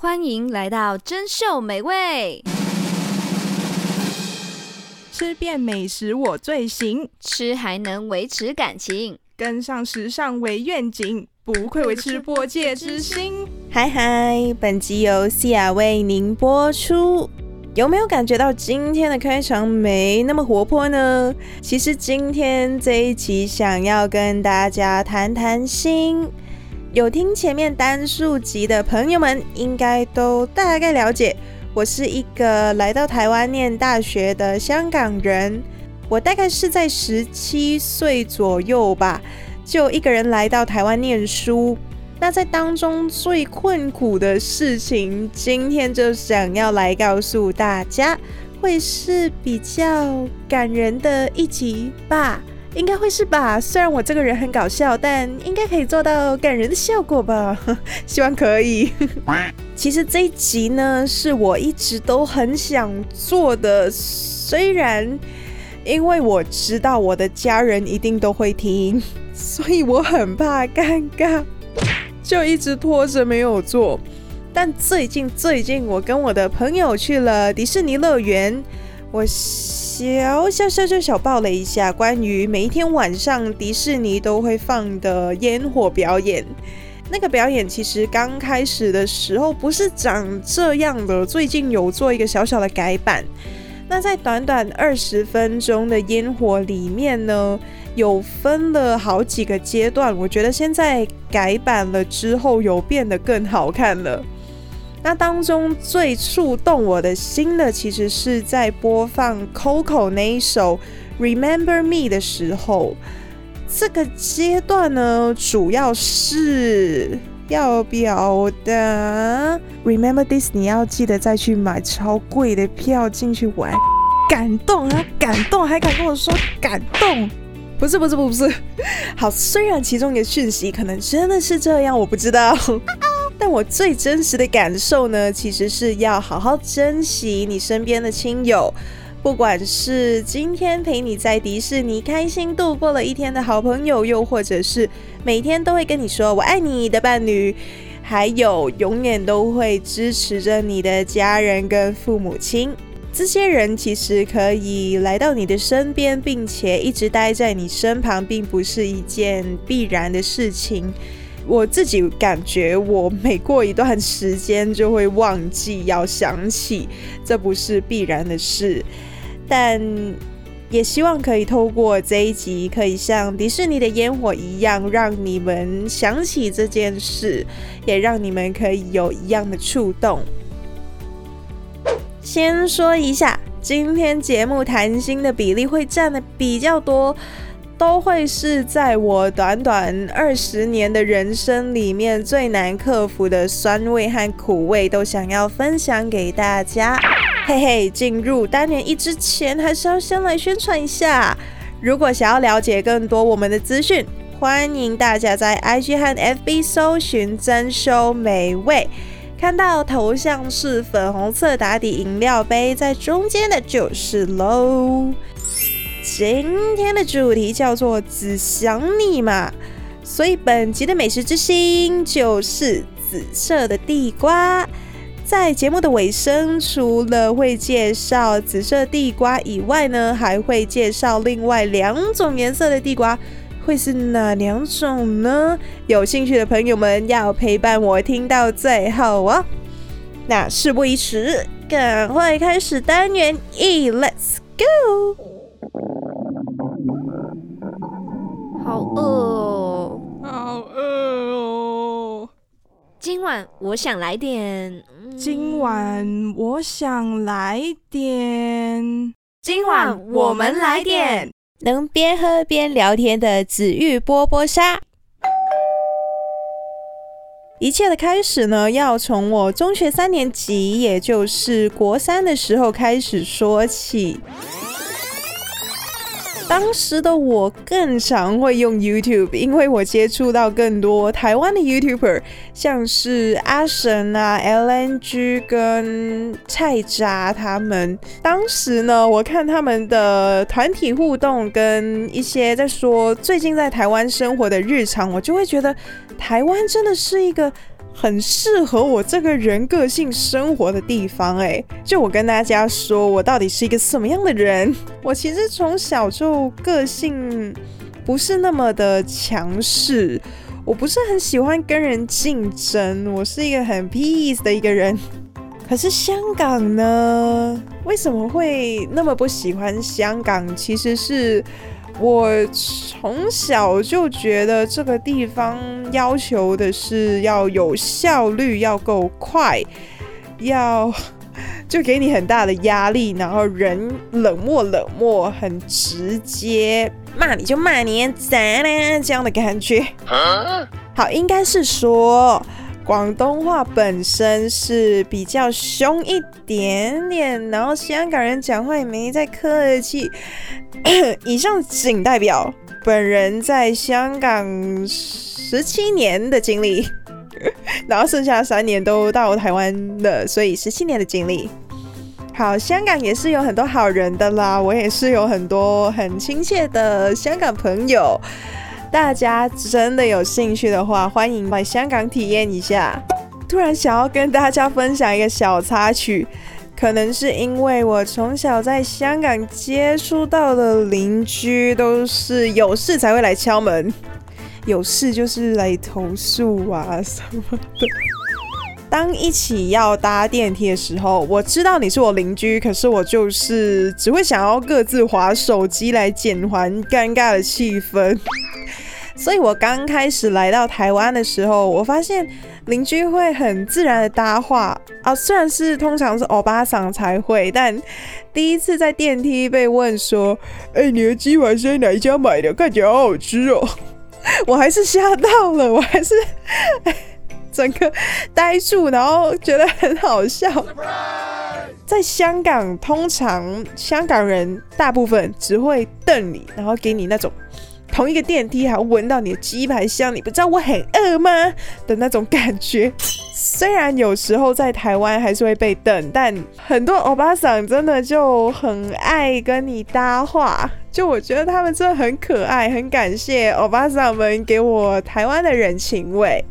欢迎来到珍馐美味， 吃遍美食我最行， 吃还能维持感情， 跟上时尚为愿景，不愧为吃播界之星。 嗨嗨，本集由 Sia 为您播出。有没有感觉到今天的开场没那么活泼呢？其实今天这一集想要跟大家谈谈心。有听前面单数集的朋友们应该都大概了解，我是一个来到台湾念大学的香港人。我大概是在17岁左右吧，就一个人来到台湾念书。那在当中最困苦的事情，今天就想要来告诉大家，会是比较感人的一集吧。应该会是吧，虽然我这个人很搞笑，但应该可以做到感人的效果吧，希望可以。其实这一集呢，是我一直都很想做的，虽然因为我知道我的家人一定都会听，所以我很怕尴尬，就一直拖着没有做。但最近我跟我的朋友去了迪士尼乐园，我小报了一下关于每一天晚上迪士尼都会放的烟火表演。那个表演其实刚开始的时候不是长这样的，最近有做一个小小的改版。那在短短20分钟的烟火里面呢，有分了好几个阶段，我觉得现在改版了之后有变得更好看了。那当中最触动我的心的，其实是在播放 Coco 那一首 Remember Me 的时候。这个阶段呢，主要是要表达 Remember this， 你要记得再去买超贵的票进去玩，感动啊，感动，还敢跟我说感动。不是，好，虽然其中的讯息可能真的是这样，我不知道。但我最真实的感受呢，其实是要好好珍惜你身边的亲友，不管是今天陪你在迪士尼开心度过了一天的好朋友，又或者是每天都会跟你说我爱你的伴侣，还有永远都会支持着你的家人跟父母亲。这些人其实可以来到你的身边，并且一直待在你身旁，并不是一件必然的事情。我自己感觉我每过一段时间就会忘记要想起，这不是必然的事。但也希望可以透过这一集，可以像迪士尼的烟火一样，让你们想起这件事，也让你们可以有一样的触动。先说一下，今天节目谈心的比例会占的比较多，都会是在我短短20年的人生里面最难克服的酸味和苦味，都想要分享给大家。嘿嘿，进入单元1之前，还是要先来宣传一下。如果想要了解更多我们的资讯，欢迎大家在 IG 和 FB 搜寻珍馐美味，看到头像是粉红色打底饮料杯，在中间的就是咯。今天的主题叫做只想你嘛，所以本集的美食之星就是紫色的地瓜。在节目的尾声，除了会介绍紫色地瓜以外呢，还会介绍另外2种颜色的地瓜，会是哪2种呢？有兴趣的朋友们要陪伴我听到最后哦。那事不宜迟，赶快开始单元1 ，Let's go！ 好饿哦， 好饿哦。 今晚我想来点， 今晚我想来点， 今晚我们来点能边喝边聊天的紫玉波波沙。一切的开始呢，要从我中学3年级，也就是国3的时候开始说起。当时的我更常会用 YouTube， 因为我接触到更多台湾的 YouTuber， 像是阿神啊、LNG 跟菜渣他们。当时呢，我看他们的团体互动跟一些在说最近在台湾生活的日常，我就会觉得台湾真的是一个很适合我这个人个性生活的地方。就我跟大家说我到底是一个什么样的人，我其实从小就个性不是那么的强势，我不是很喜欢跟人竞争，我是一个很 peace 的一个人。可是香港呢，为什么会那么不喜欢香港？其实是我从小就觉得这个地方要求的是要有效率，要够快，就给你很大的压力，然后人冷漠，很直接，骂你就骂你，咋啦这样的感觉。好，应该是说广东话本身是比较凶一点点，然后香港人讲话也没在客气。以上仅代表本人在香港17年的经历，然后剩下3年都到台湾了，所以17年的经历。好，香港也是有很多好人的啦，我也是有很多很亲切的香港朋友。大家真的有兴趣的话，欢迎来香港体验一下。突然想要跟大家分享一个小插曲，可能是因为我从小在香港接触到的邻居都是有事才会来敲门，有事就是来投诉啊什么的。当一起要搭电梯的时候，我知道你是我邻居，可是我就是只会想要各自滑手机来减缓尴尬的气氛。所以我刚开始来到台湾的时候，我发现邻居会很自然的搭话啊，虽然是通常是欧巴桑才会，但第一次在电梯被问说，你的鸡排是在哪一家买的？看起来好好吃哦，我还是吓到了，我还是整个呆住，然后觉得很好笑。在香港，通常香港人大部分只会瞪你，然后给你那种同一个电梯还闻到你的鸡排香，你不知道我很饿吗的那种感觉。虽然有时候在台湾还是会被瞪，但很多欧巴桑真的就很爱跟你搭话，就我觉得他们真的很可爱，很感谢欧巴桑们给我台湾的人情味。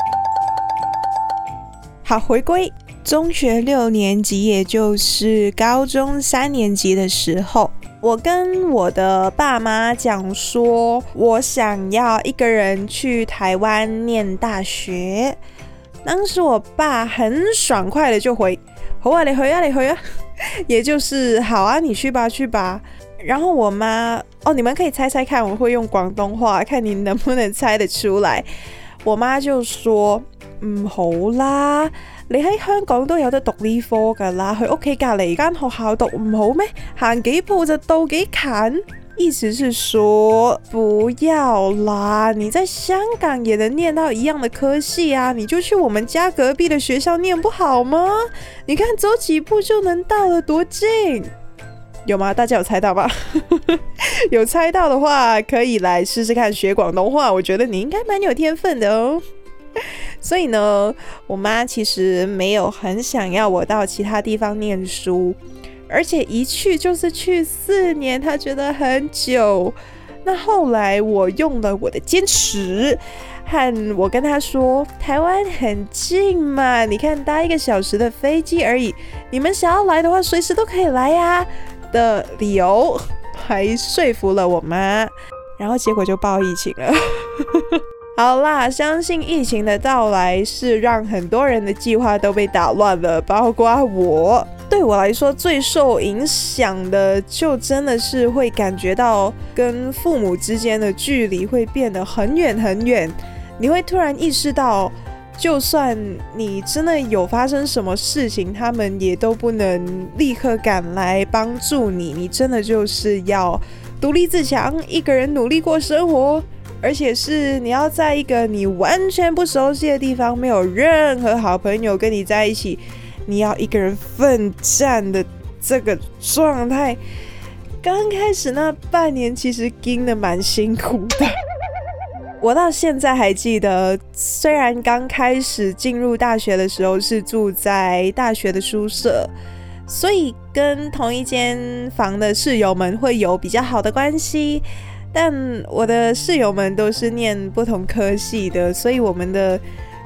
好，回归中学6年级，也就是高中3年级的时候，我跟我的爸妈讲说，我想要一个人去台湾念大学。当时我爸很爽快的就回，好啊，你去啊，也就是好啊，你去吧。然后我妈，你们可以猜猜看，我会用广东话，看你能不能猜得出来。我媽就說唔好啦，你喺香港都有得讀呢科噶啦，去屋企隔離間學校讀唔好咩？行幾步就到，幾近。意思是說不要啦，你在香港也能念到一樣的科系啊，你就去我們家隔壁的學校念不好嗎？你看走幾步就能到了，多近！有嗎？大家有猜到吧？有猜到的話可以來試試看學廣東話，我覺得你應該蠻有天分的哦。所以呢，我媽其實沒有很想要我到其他地方念書，而且一去就是去4年，她覺得很久。那後來我用了我的堅持，和我跟她說台灣很近嘛，你看搭1個小時的飛機而已，你們想要來的話隨時都可以來呀的理由，還說服了我媽，然後結果就爆疫情了。好啦，相信疫情的到來是讓很多人的計劃都被打亂了，包括我。對我來說最受影響的就真的是會感覺到跟父母之間的距離會變得很遠很遠，你會突然意識到就算你真的有發生什麼事情，他們也都不能立刻趕來幫助你，你真的就是要獨立自強，一個人努力過生活，而且是你要在一個你完全不熟悉的地方，沒有任何好朋友跟你在一起，你要一個人奮戰的這個狀態。剛開始那半年其實經得蠻辛苦的。我到現在還記得，雖然剛開始進入大學的時候是住在大學的宿舍，所以跟同一間房的室友們會有比較好的關係，但我的室友們都是念不同科系的，所以我們的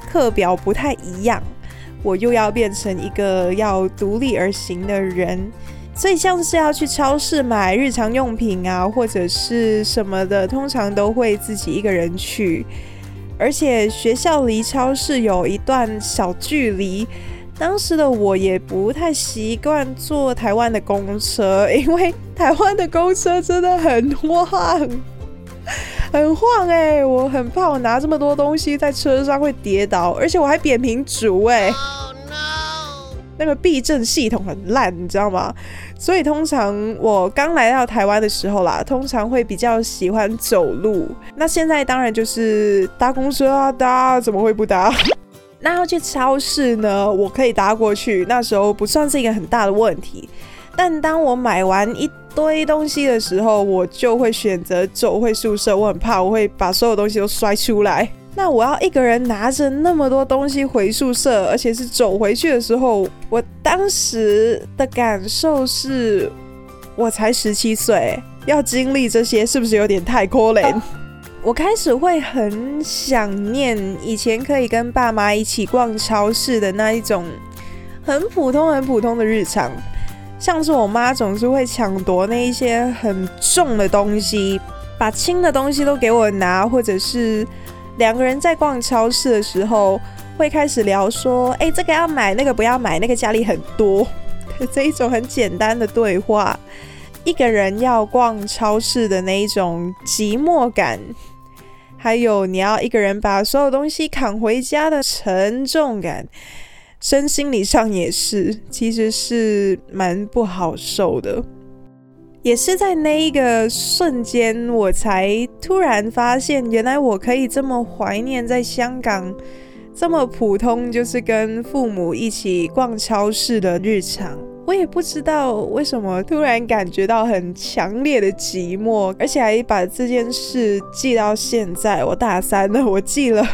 课表不太一样，我又要变成一个要独立而行的人，所以像是要去超市买日常用品啊，或者是什么的，通常都会自己一个人去。而且学校离超市有一段小距离，当时的我也不太习惯坐台湾的公车，因为台湾的公车真的很晃，很晃欸，我很怕我拿这么多东西在车上会跌倒，而且我还扁平足欸。那个避震系统很烂，你知道吗？所以通常我刚来到台湾的时候啦，通常会比较喜欢走路。那现在当然就是搭公车啊，搭怎么会不搭？那要去超市呢，我可以搭过去，那时候不算是一个很大的问题。但当我买完一堆东西的时候，我就会选择走回宿舍，我很怕我会把所有东西都摔出来。那我要一个人拿着那么多东西回宿舍，而且是走回去的时候，我当时的感受是，我才17岁，要经历这些是不是有点太可怜？我开始会很想念以前可以跟爸妈一起逛超市的那一种很普通的日常，像是我妈总是会抢夺那一些很重的东西，把轻的东西都给我拿，或者是两个人在逛超市的时候会开始聊说，这个要买，那个不要买，那个家里很多，这一种很简单的对话，一个人要逛超市的那一种寂寞感，还有你要一个人把所有东西扛回家的沉重感，身心理上也是，其实是蛮不好受的。也是在那一个瞬间，我才突然发现，原来我可以这么怀念在香港这么普通，就是跟父母一起逛超市的日常。我也不知道为什么突然感觉到很强烈的寂寞，而且还把这件事记到现在。我大3了，我记了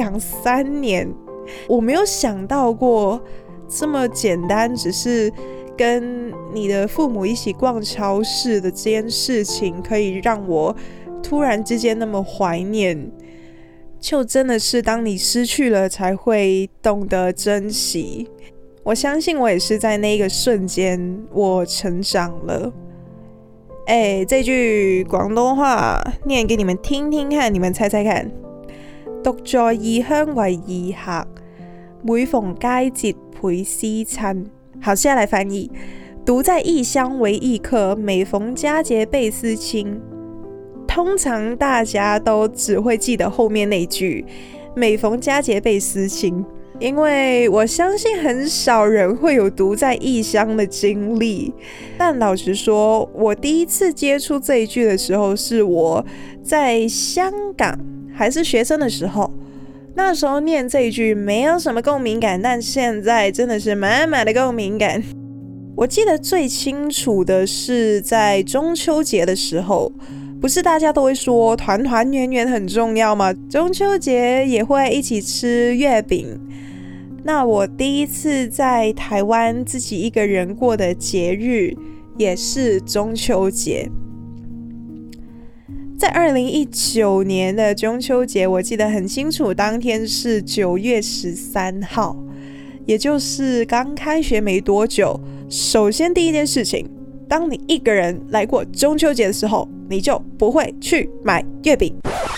2-3年。我没有想到过这么简单，只是跟你的父母一起逛超市的这件事情，可以让我突然之间那么怀念。就真的是当你失去了才会懂得珍惜。我相信我也是在那个瞬间我成长了。这句广东话念给你们听听看，你们猜猜看。獨在異鄉為異客，每逢佳節倍思親。好，现在来翻译。獨在異鄉為異客，每逢佳節倍思親。通常大家都只会记得后面那句每逢佳节倍思亲，因为我相信很少人会有独在异乡的经历。但老实说，我第一次接触这一句的时候，是我在香港还是学生的时候。那时候念这一句没有什么共鸣感，但现在真的是满满的共鸣感。我记得最清楚的是在中秋节的时候，不是大家都会说团团圆圆很重要吗？中秋节也会一起吃月饼。那我第一次在台湾自己一个人过的节日也是中秋节。在2019年的中秋节，我记得很清楚，当天是9月13号，也就是刚开学没多久。首先第一件事情，当你一个人来过中秋节的时候，你就不会去买月饼。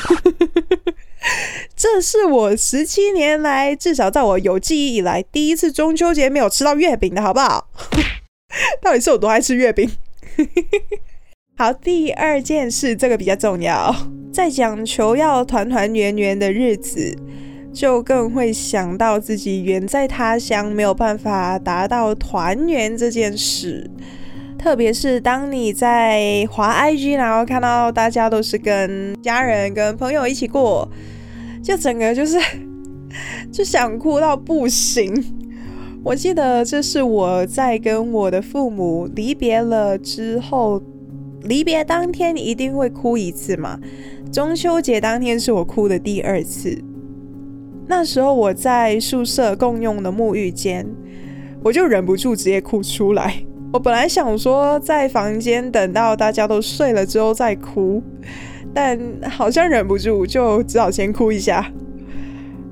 这是我17年来，至少在我有记忆以来，第一次中秋节没有吃到月饼的，好不好？到底是有多爱吃月饼？好，第二件事，这个比较重要，在讲求要团团圆圆的日子，就更会想到自己远在他乡没有办法达到团圆这件事。特别是当你在滑 IG， 然后看到大家都是跟家人跟朋友一起过，就整个就想哭到不行。我记得这是我在跟我的父母离别了之后，离别当天一定会哭一次嘛，中秋节当天是我哭的第2次。那时候我在宿舍共用的沐浴间，我就忍不住直接哭出来。我本来想说在房间等到大家都睡了之后再哭，但好像忍不住，就只好先哭一下。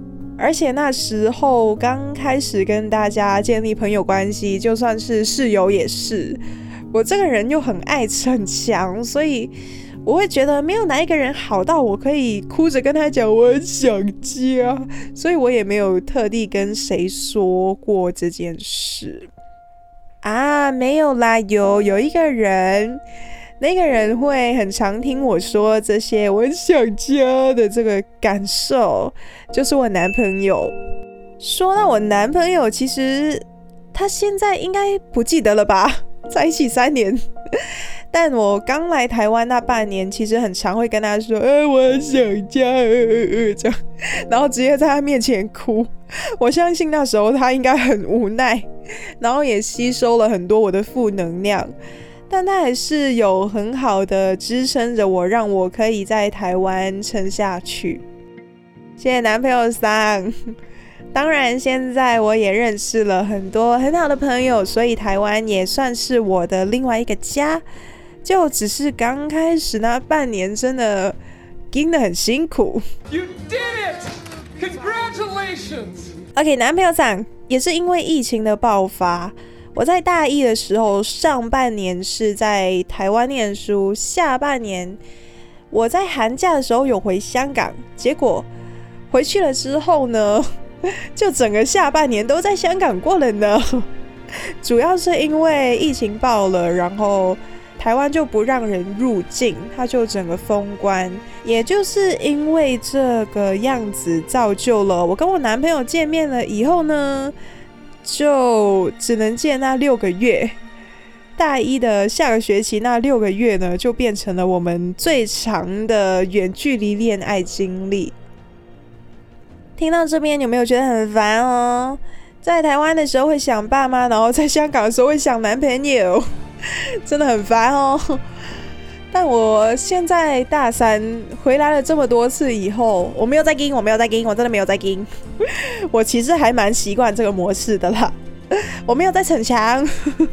而且那时候刚开始跟大家建立朋友关系，就算是室友也是。我这个人又很爱逞强，所以我会觉得没有哪一个人好到我可以哭着跟他讲我很想家，所以我也没有特地跟谁说过这件事啊。没有啦，有一个人，那个人会很常听我说这些我很想家的这个感受，就是我男朋友。说到我男朋友，其实他现在应该不记得了吧，在一起3年。但我刚来台湾那半年，其实很常会跟他说我很想家这样，然后直接在他面前哭。我相信那时候他应该很无奈，然后也吸收了很多我的负能量，但他还是有很好的支撑着我，让我可以在台湾撑下去。谢谢男朋友桑。当然现在我也认识了很多很好的朋友，所以台湾也算是我的另外一个家。就只是刚开始那半年真的盯得很辛苦。 You did it! Congratulations! OK， 男朋友桑，也是因为疫情的爆发，我在大一的时候上半年是在台湾念书，下半年我在寒假的时候有回香港，结果回去了之后呢，就整个下半年都在香港过了呢。主要是因为疫情爆了，然后台湾就不让人入境，它就整个封关。也就是因为这个样子，造就了我跟我男朋友见面了以后呢，就只能见那6个月。大一的下个学期那6个月呢，就变成了我们最长的远距离恋爱经历。听到这边有没有觉得很烦哦？在台湾的时候会想爸妈，然后在香港的时候会想男朋友，真的很烦哦。但我现在大3回来了这么多次以后，我没有再跟，我真的没有再跟。我其实还蛮习惯这个模式的啦，我没有在逞强。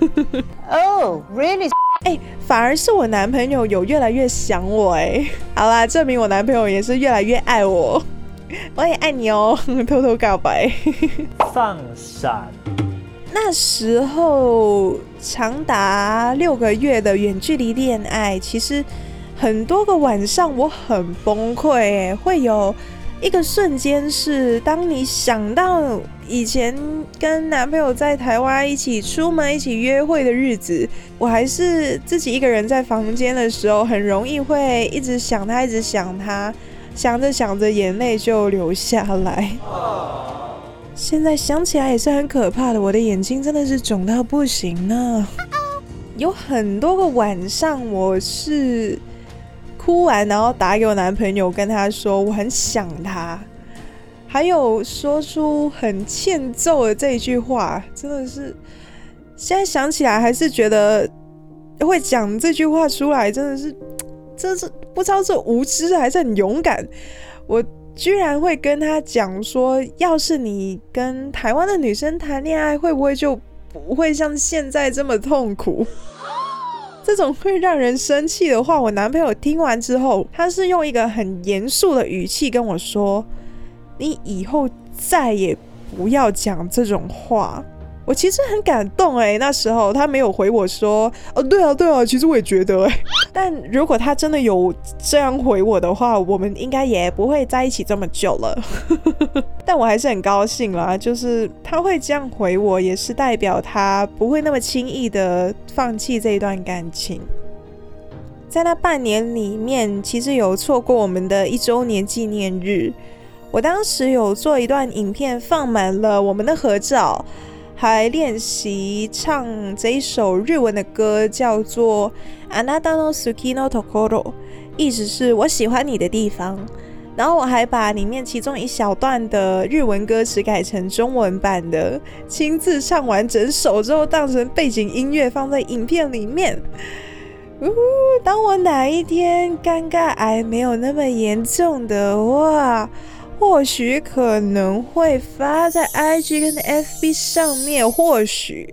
Oh, really? 反而是我男朋友有越来越想我好啦，证明我男朋友也是越来越爱我。我也爱你哦，偷偷告白。 放闪。 那时候长达6个月的远距离恋爱，其实很多个晚上我很崩溃会有一个瞬间是，当你想到以前跟男朋友在台湾一起出门、一起约会的日子，我还是自己一个人在房间的时候，很容易会一直想他，一直想他，想着想着眼泪就流下来。现在想起来也是很可怕的，我的眼睛真的是肿到不行呢。有很多个晚上我是哭完然后打给我男朋友，跟他说我很想他，还有说出很欠揍的这一句话，真的是现在想起来还是觉得会讲这句话出来，真的是不知道是无知还是很勇敢。我居然会跟他讲说，要是你跟台湾的女生谈恋爱，会不会就不会像现在这么痛苦？这种会让人生气的话，我男朋友听完之后，他是用一个很严肃的语气跟我说，你以后再也不要讲这种话。我其实很感动那时候他没有回我说对啊，其实我也觉得但如果他真的有这样回我的话，我们应该也不会在一起这么久了。但我还是很高兴啦，就是他会这样回我，也是代表他不会那么轻易的放弃这一段感情。在那半年里面，其实有错过我们的1周年纪念日，我当时有做一段影片，放满了我们的合照，还练习唱这一首日文的歌，叫做あなたの好きなところ，意思是我喜欢你的地方。然后我还把里面其中一小段的日文歌词改成中文版的，亲自唱完整首之后当成背景音乐放在影片里面。当我哪一天尴尬癌没有那么严重的话，或许可能会发在 IG 跟 FB 上面，或许，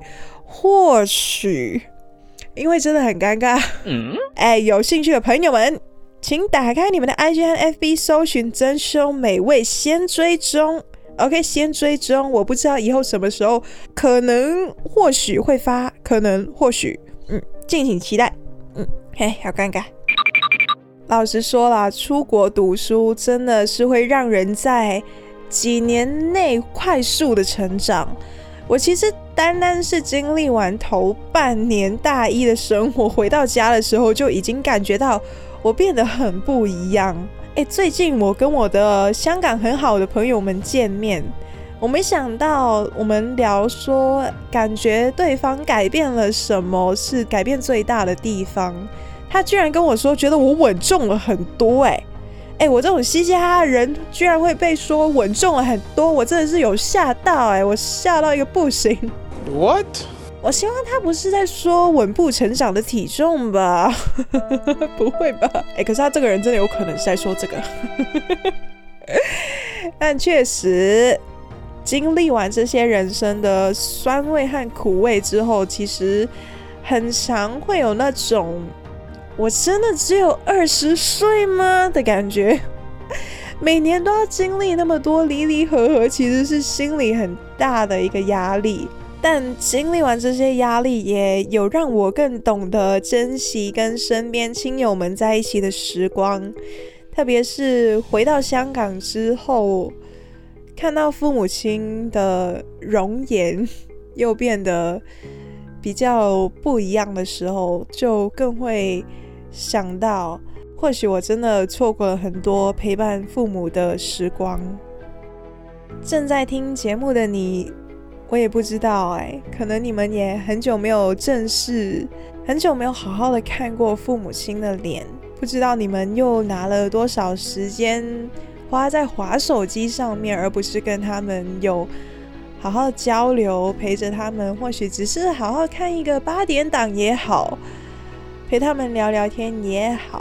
因为真的很尴尬。有兴趣的朋友们，请打开你们的 IG 和 FB 搜寻真凶美味先追踪， OK， 先追踪，我不知道以后什么时候可能或许会发，可能或许敬请期待。嘿，好尴尬。老实说啦，出国读书真的是会让人在几年内快速的成长。我其实单是经历完头半年大一的生活，回到家的时候就已经感觉到我变得很不一样。最近我跟我的香港很好的朋友们见面，我没想到我们聊说感觉对方改变了什么是改变最大的地方，他居然跟我说觉得我稳重了很多。我这种嘻嘻哈哈的人居然会被说稳重了很多，我真的是有吓到。我吓到一个不行。 What？ 我希望他不是在说稳步成长的体重吧？不会吧？可是他这个人真的有可能是在说这个。但确实经历完这些人生的酸味和苦味之后，其实很常会有那种我真的只有20岁吗的感觉。每年都要经历那么多离离合合，其实是心里很大的一个压力。但经历完这些压力，也有让我更懂得珍惜跟身边亲友们在一起的时光。特别是回到香港之后，看到父母亲的容颜又变得比较不一样的时候，就更会想到，或许我真的错过了很多陪伴父母的时光。正在听节目的你，我也不知道可能你们也很久没有正视，很久没有好好的看过父母亲的脸，不知道你们又拿了多少时间花在滑手机上面，而不是跟他们有好好交流，陪着他们，或许只是好好看一个8点档也好，陪他们聊聊天也好。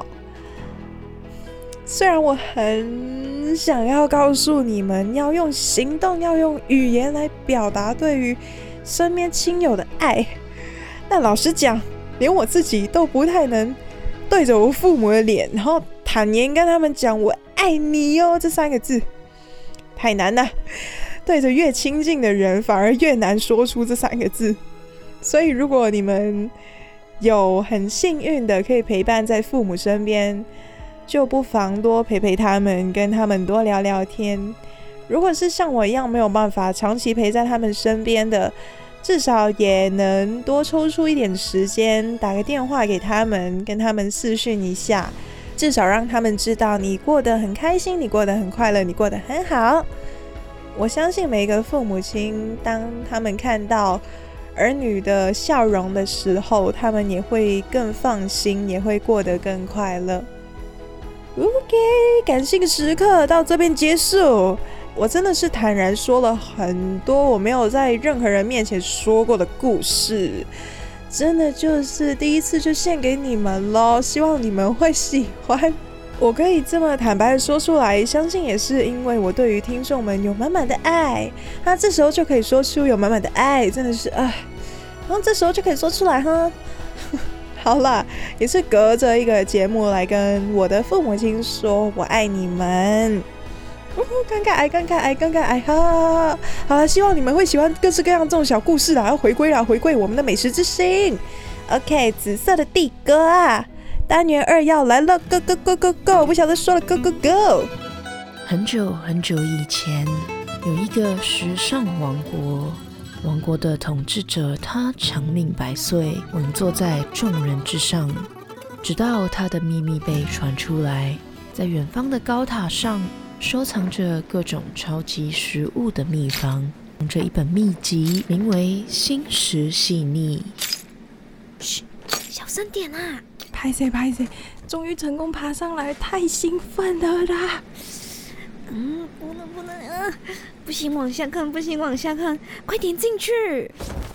虽然我很想要告诉你们要用行动，要用语言来表达对于身边亲友的爱，但老实讲，连我自己都不太能对着我父母的脸，然后坦言跟他们讲我爱你哦这3个字，太难了。对着越亲近的人反而越难说出这3个字。所以如果你们有很幸运的可以陪伴在父母身边，就不妨多陪陪他们，跟他们多聊聊天。如果是像我一样没有办法长期陪在他们身边的，至少也能多抽出一点时间，打个电话给他们，跟他们视讯一下，至少让他们知道你过得很开心，你过得很快乐，你过得很好。我相信每一个父母亲，当他们看到儿女的笑容的时候，他们也会更放心，也会过得更快乐。OK， 感性时刻到这边结束。我真的是坦然说了很多我没有在任何人面前说过的故事，真的就是第一次就献给你们咯，希望你们会喜欢。我可以这么坦白的说出来，相信也是因为我对于听众们有满满的爱。那这时候就可以说出有满满的爱，真的是然后这时候就可以说出来哈。好啦，也是隔着一个节目来跟我的父母亲说我爱你们。尴尬癌，好了，希望你们会喜欢各式各样这种小故事啦，要回归我们的美食之星。OK， 紫色的地哥啊，单元2要来了 ，Go Go Go Go Go！ 不晓得说了 Go Go Go。 很久很久以前，有一个时尚王国。王国的统治者，他长命百岁，稳坐在众人之上。直到他的秘密被传出来，在远方的高塔上收藏着各种超级食物的秘方，用着一本秘籍，名为《心食细腻》。 嘘，小声点啊！ 拍谁，终于成功爬上来，太兴奋了啦！ 不能，不行往下看，快点进去。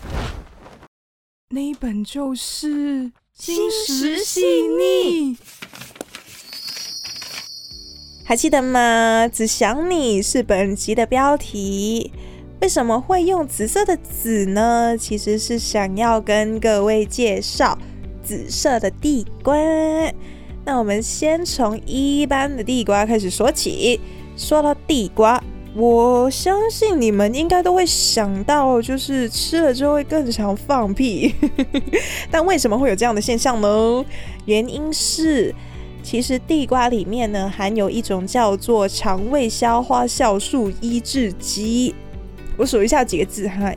那一本就是《心食细腻》。 还记得吗？只想你是本集的标题。为什么会用紫色的紫呢？其实是想要跟各位介绍紫色的地瓜。那我们先从一般的地瓜开始说起。说到地瓜， 我相信你们应该都会想到，就是吃了之后会更常放屁。但为什么会有这样的现象呢？原因是，其实地瓜里面呢含有一种叫做肠胃消化酵素抑制剂。我数一下几个字哈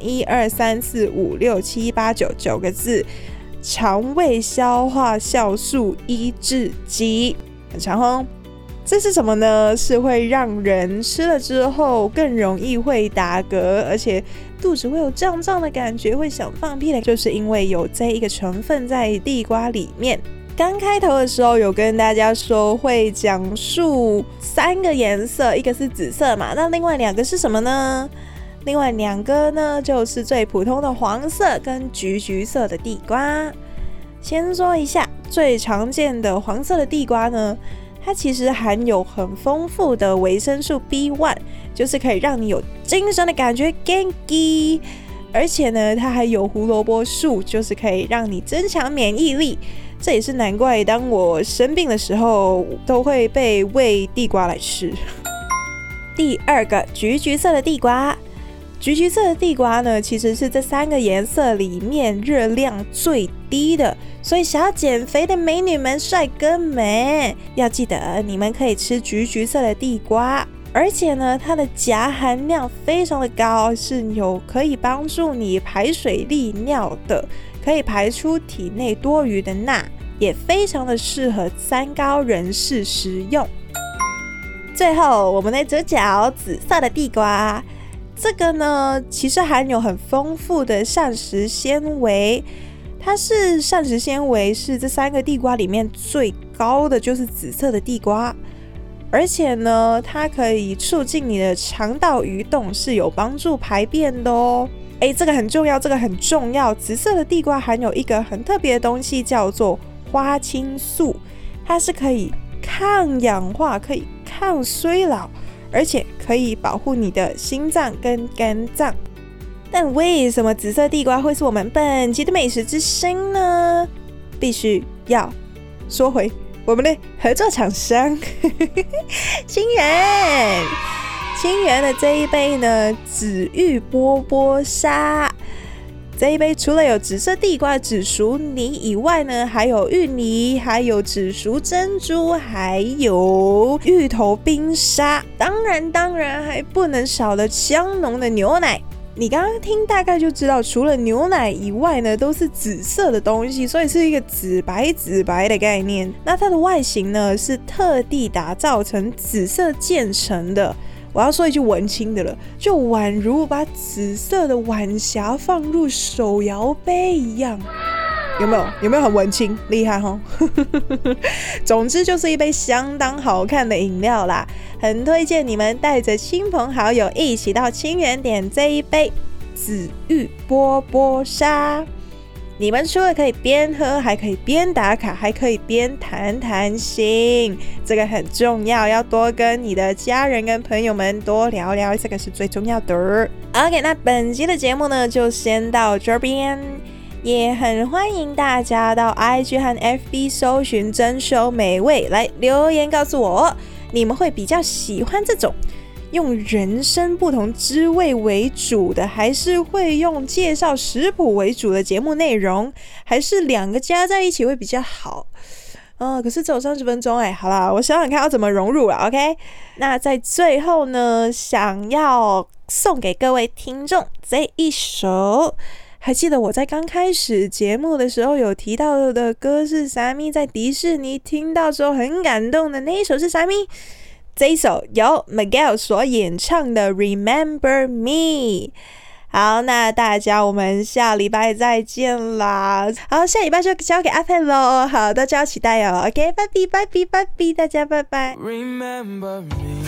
，1、2、3、4、5、6、7、8、9个字，肠胃消化酵素抑制剂，很长哦。这是什么呢？是会让人吃了之后更容易会打嗝，而且肚子会有胀胀的感觉，会想放屁的，就是因为有这一个成分在地瓜里面。刚开头的时候有跟大家说会讲述3个颜色，一个是紫色嘛，那另外2个是什么呢？另外2个呢就是最普通的黄色跟橘色的地瓜。先说一下最常见的黄色的地瓜呢，它其实含有很丰富的维生素 B1， 就是可以让你有精神的感觉 Genki， 而且呢它还有胡萝卜素，就是可以让你增强免疫力。这也是难怪当我生病的时候都会被喂地瓜来吃。第2个橘色的地瓜，橘色的地瓜呢其实是这3个颜色里面热量最低的，所以想要减肥的美女们帅哥们要记得你们可以吃橘色的地瓜，而且呢它的钾含量非常的高，是有可以帮助你排水利尿的，可以排出体内多余的钠，也非常的适合三高人士食用。最后我们的主角紫色的地瓜，这个呢其实含有很丰富的膳食纤维，它是膳食纤维是这3个地瓜里面最高的，就是紫色的地瓜，而且呢它可以促进你的肠道蠕动，是有帮助排便的哦。这个很重要，这个很重要。紫色的地瓜含有一个很特别的东西，叫做花青素，它是可以抗氧化，可以抗衰老，而且可以保护你的心脏跟肝脏。但为什么紫色地瓜会是我们本期的美食之星呢？必须要说回我们的合作厂商清源。清源的这一杯呢，紫玉波波沙，这一杯除了有紫色地瓜、紫薯泥以外呢，还有芋泥，还有紫薯珍珠，还有芋头冰沙，当然还不能少了香浓的牛奶。你刚刚听大概就知道，除了牛奶以外呢，都是紫色的东西，所以是一个紫白的概念。那它的外形呢，是特地打造成紫色渐层的。我要说一句文青的了，就宛如把紫色的晚霞放入手摇杯一样，有没有很文青？厉害齁总之就是一杯相当好看的饮料啦，很推荐你们带着亲朋好友一起到清源点这一杯紫玉波波沙。你们除了可以边喝，还可以边打卡，还可以边谈心，这个很重要，要多跟你的家人跟朋友们多聊聊，这个是最重要的。OK， 那本期的节目呢就先到这边，也很欢迎大家到 IG 和 FB 搜寻珍馐美味来留言告诉我，你们会比较喜欢这种用人生不同滋味为主的，还是会用介绍食谱为主的节目内容，还是2个加在一起会比较好？可是只有30分钟好啦，我想想看要怎么融入了 OK。 那在最后呢，想要送给各位听众这一首，还记得我在刚开始节目的时候有提到的歌是啥咪，在迪士尼听到之后很感动的那一首是啥咪？这一首由 Miguel 所演唱的 Remember Me。 好，那大家我们下礼拜再见啦。好，下礼拜就交给阿佩咯。好，大家要期待哦。 OK， 拜拜，大家拜拜。 Remember me,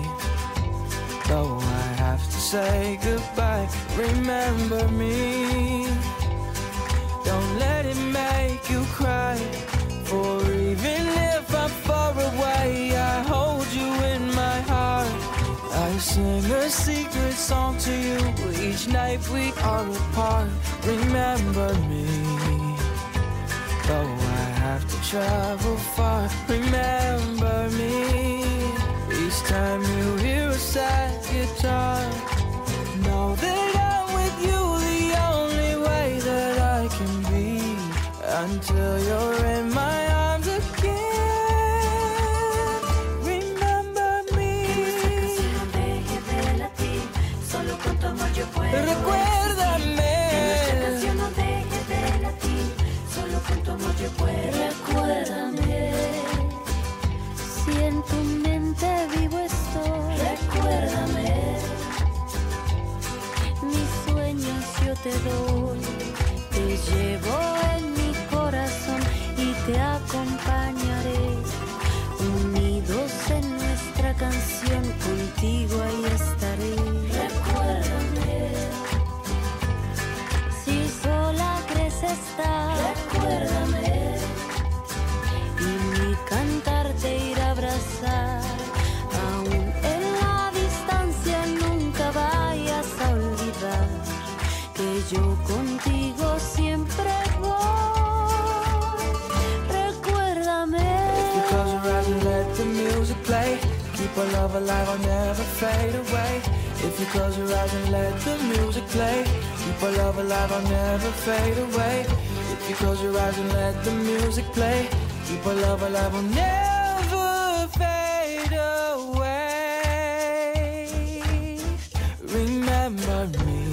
though I have to say goodbye. Remember me, don't let it make you cry, for even if I'm far away, I hold you in my heart. I sing a secret song to you each night we are apart. Remember me, though I have to travel far. Remember me, we Next time you hear a sad guitar, know that I'm with you the only way that I can be, until you're in my arms again. Remember me. Recuérdame. Recuérdame, si en tu mente vivo estoy. Recuérdame, mis sueños yo te doy. Te llevo en mi corazón y te acompañaré. Unidos en nuestra canción, contigo ahí estaré. Recuérdame, si sola crees estar. Recuérdame, y mi cantar te irá a abrazar. Aún en la distancia nunca vayas a olvidar que yo contigo siempre voy. Recuérdame. If you close your eyes and let the music play, keep our love alive, I'll never fade away. If you close your eyes and let the music play, keep our love alive, I'll never fade away. If you close your eyes and let the music play, keep our love alive, we'll never fade away. Remember me,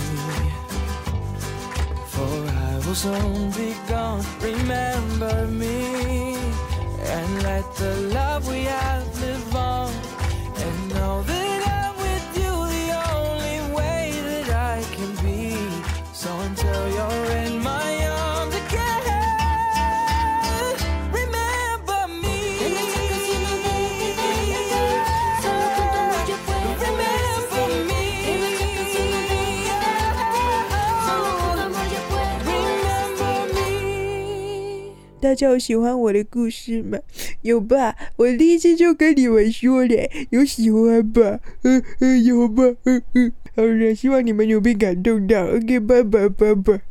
for I will soon be gone. Remember me, and let the love we have live on. And know that I'm with you the only way that I can be. So until you're in my arms again, remember me. Remember me. 大家有喜欢我的故事吗？有吧？我第一次就跟你们说了，有喜欢吧？有吧？好了，希望你们有被感动到。OK， 拜拜拜拜。